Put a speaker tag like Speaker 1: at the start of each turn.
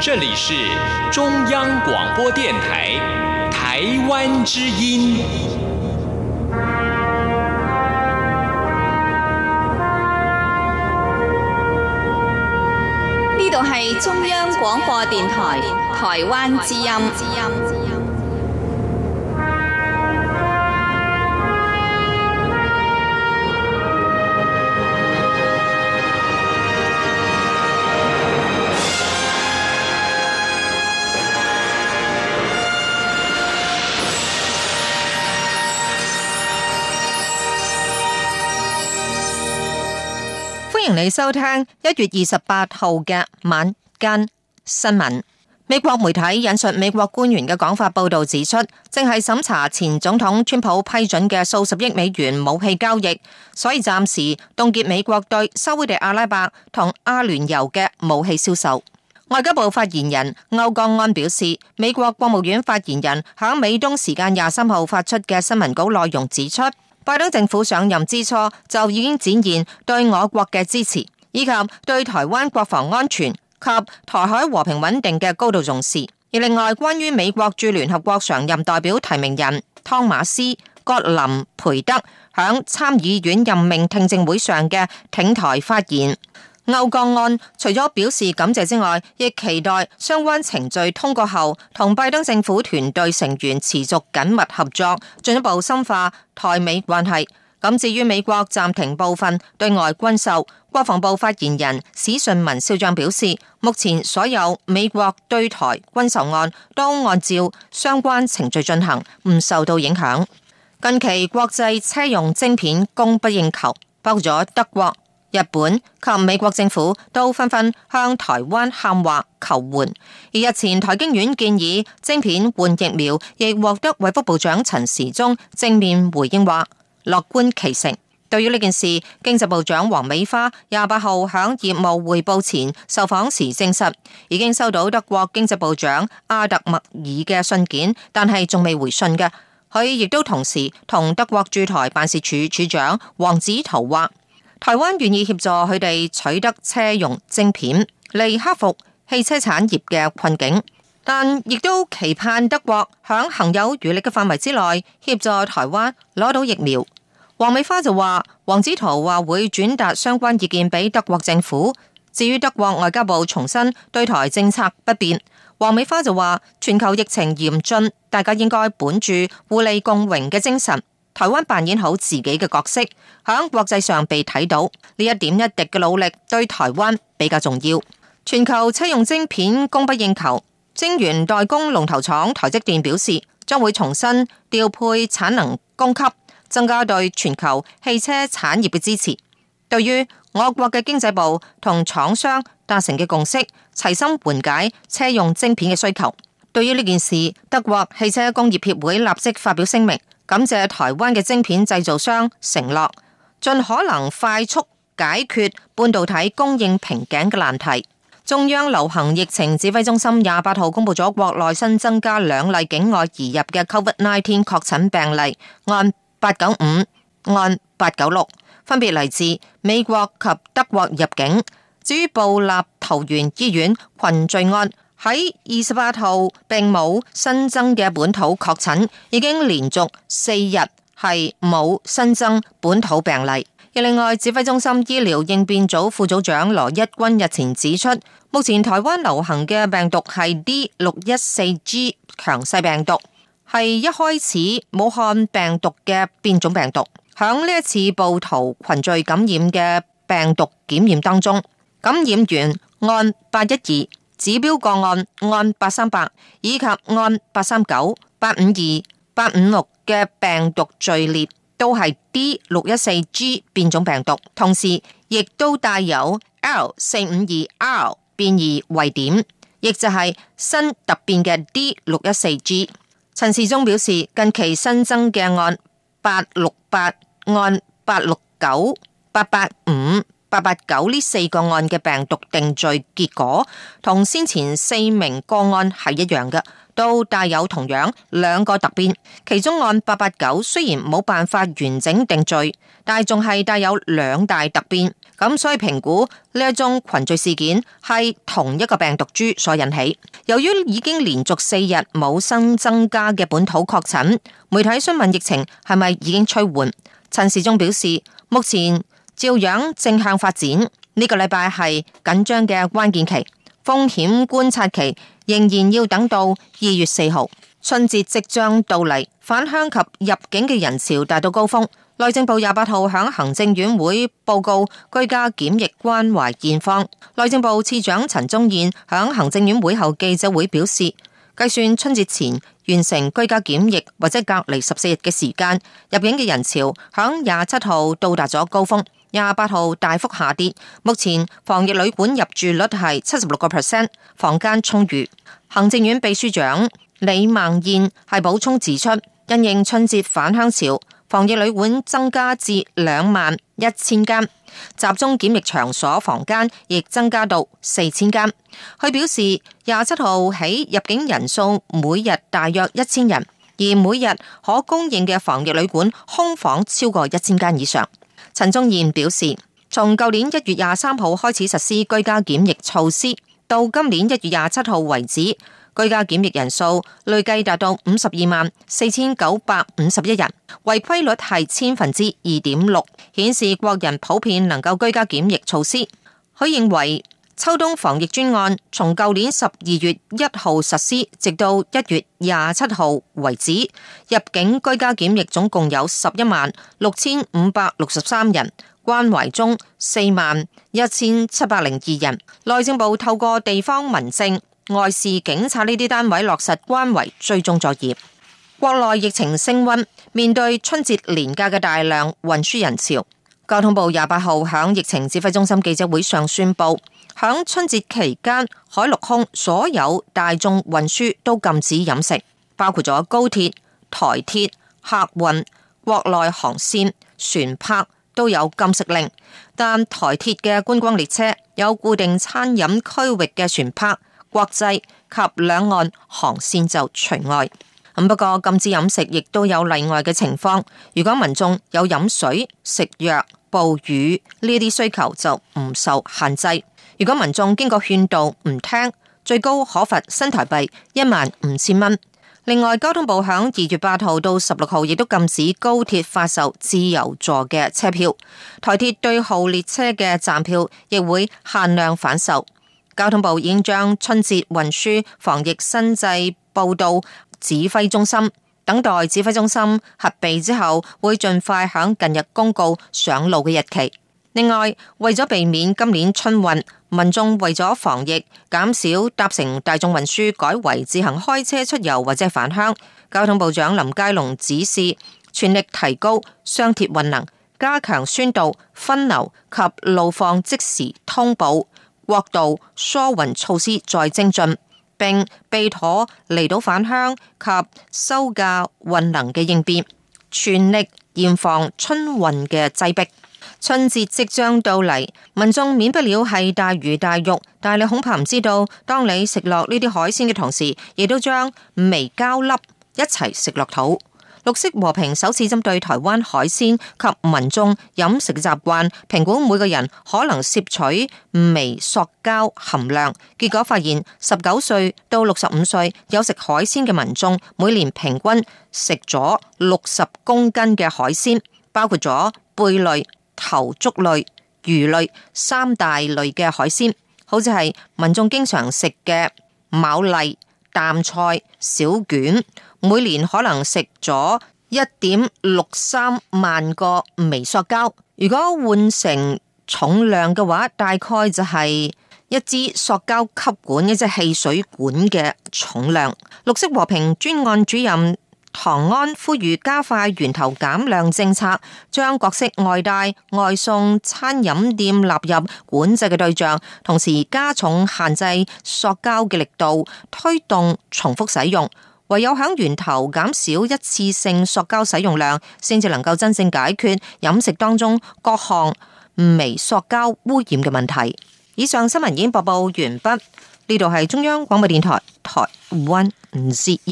Speaker 1: 这里是中央广播电台台湾之音。
Speaker 2: 呢度係中央廣播電台台灣之音。
Speaker 3: 歡迎你收聽1月28號嘅晚間新聞。美國媒體引述美國官員嘅講法報道指出，正係審查前總統川普批准嘅數十億美元武器交易，所以暫時凍結美國對沙烏地阿拉伯同阿聯酋嘅武器銷售。外交部發言人歐江安表示，美國國務院發言人響美東時間23號發出嘅新聞稿內容指出，拜登政府上任之初就已經展現對我國嘅支持，以及對台灣國防安全及台海和平穩定嘅高度重視。而另外，關於美國駐聯合國常任代表提名人湯馬斯葛林培德響參議院任命聽證會上嘅挺台發言，歐江安除咗表示感謝之外，亦期待相關程序通過後，同拜登政府團隊成員持續緊密合作，進一步深化台美關係。咁至於美國暫停部分對外軍售，國防部發言人史順文少將表示，目前所有美國對台軍售案都按照相關程序進行，唔受到影響。近期國際車用晶片供不應求，包括咗德國、日本及美國政府都紛紛向台灣喊話求援，而日前台經院建議晶片換疫苗，亦獲得衛福部長陳時中正面回應話樂觀其成。對於呢件事，經濟部長黃美花28號響業務匯報前受訪時證實，已經收到德國經濟部長阿特默爾嘅信件，但係仲未回信嘅。佢亦都同時同德國駐台辦事處處長黃子圖話，台灣願意協助佢哋取得車用晶片，嚟克服汽車產業嘅困境，但亦都期盼德國響行有餘力嘅範圍之內協助台灣攞到疫苗。黃美花就話，黃子圖話會轉達相關意見俾德國政府。至於德國外交部重申對台政策不變，黃美花就話，全球疫情嚴峻，大家應該本住互利共榮嘅精神，台灣扮演好自己嘅角色，響國際上被睇到，呢一點一滴嘅努力對台灣比較重要。全球車用晶片供不應求，晶圓代工龍頭廠台積電表示，將會重新調配產能供給，增加對全球汽車產業嘅支持。對於我國嘅經濟部同廠商達成嘅共識，齊心緩解車用晶片嘅需求。對於呢件事，德國汽車工業協會立即發表聲明，感謝台灣嘅晶片製造商承諾盡可能快速解決半導體供應瓶頸嘅難題。中央流行疫情指揮中心28號公布咗國內新增加2例境外移入嘅 COVID-19 確診病例，案895、案896，分別嚟自美國及德國入境。至於部立桃園醫院群聚案，喺28號並冇新增嘅本土確診，已經連續4日係冇新增本土病例。而另外，指揮中心醫療應變組副組長羅一鈞日前指出，目前台灣流行嘅病毒係 D614G 強勢病毒，係一開始武漢病毒嘅變種病毒。響呢一次部桃群聚感染嘅病毒檢驗當中，感染源案812、指標個案案838以及案839、852、856嘅病毒序列都係 D614G 變種病毒，同時亦都帶有 L452R 變異位點，亦就係新突變嘅 D614G。陳時中表示，近期新增嘅案868、案869、885、889呢4個案嘅病毒定序結果，同先前4名個案係一樣嘅， 都帶有同樣兩個突變，其中案889雖然冇辦法完整定罪，但係仲係帶有兩大突變，咁所以評估呢一宗群聚事件係同一個病毒株所引起。由於已經連續4日冇新增加嘅本土確診，媒體詢問疫情係咪已經趨緩，陳時中表示目前照樣正向發展，呢個禮拜係緊張嘅關鍵期，風險觀察期仍然要等到2月4號。春節即將到嚟，返鄉及入境嘅人潮達到高峰。內政部28號響行政院會報告居家檢疫關懷現況。內政部次長陳宗彥響行政院會後記者會表示，計算春節前完成居家檢疫或者隔離14日嘅時間，入境嘅人潮響27號到達咗高峰，28號大幅下跌。目前防疫旅館入住率係76%，房間充裕。行政院秘書長李孟燕係補充指出，因應春節返鄉潮，防疫旅館增加至21000間，集中檢疫場所房間亦增加到4000間。佢表示，27號起入境人數每日大約1000人，而每日可供應嘅防疫旅館空房超過1000間以上。陳宗彥表示，從舊年1月23號開始實施居家檢疫措施，到今年1月27號為止，居家檢疫人數累計達到524951人，違規率係2.6%，顯示國人普遍能夠居家檢疫措施。佢認為秋冬防疫專案從舊年12月1號實施，直到1月27號為止，入境居家檢疫總共有116563人，關懷中41702人。內政部透過地方民政、外事警察呢啲單位落實關懷追蹤作業。國內疫情升溫，面對春節連假嘅大量運輸人潮，交通部28號響疫情指揮中心記者會上宣布，響春節期間海陸空所有大眾運輸都禁止飲食，包括咗高鐵、台鐵、客運、國內航線、船舶都有禁食令，但台鐵嘅觀光列車有固定餐飲區域嘅船舶，國際及兩岸航線就除外。不過禁止飲食亦都有例外嘅情況，如果民眾有飲水、食藥、哺乳呢啲需求就唔受限制。如果民眾經過勸導唔聽，最高可罰新台幣15000蚊。另外，交通部響2月8號到16號亦都禁止高鐵發售自由座嘅車票，台鐵對號列車嘅站票亦會限量販售。交通部已經將春節運輸防疫新制報到指揮中心，等待指揮中心核備之後，會盡快響近日公告上路嘅日期。另外，為咗避免今年春運，民眾為咗防疫減少搭乘大眾運輸，改為自行開車出遊或者返鄉。交通部長林佳龍指示，全力提高雙鐵運能，加強宣導、分流及路況即時通報。國道疏運措施再精進，並備妥離島返鄉及收假運能嘅應變，全力嚴防春運嘅擠迫。春節即將到嚟，民眾免不了係大魚大肉，但係你恐怕唔知道，當你食落呢啲海鮮嘅同時，亦都將微膠粒一齊食落肚。綠色和平首次針對台灣海鮮及民眾飲食嘅習慣，評估每個人可能攝取微塑膠含量，結果發現19歲到65歲有食海鮮嘅民眾，每年平均食咗60公斤嘅海鮮，包括咗貝類、頭足類、魚類3大類嘅海鮮，好似係民眾經常食嘅牡蠣、淡菜、小卷，每年可能食咗1.63萬個微塑膠。如果換成重量嘅話，大概就係一支塑膠吸管、一隻汽水管嘅重量。綠色和平專案主任唐安呼籲加快源頭減量政策，將各式外帶、外送餐飲店納入管制嘅對象，同時加重限制塑膠嘅力度，推動重複使用。唯有響源頭減少一次性塑膠使用量，先至能夠真正解決飲食當中各項微塑膠污染嘅問題。以上新聞已經播報完畢。 呢度係中央廣播電台台灣之音。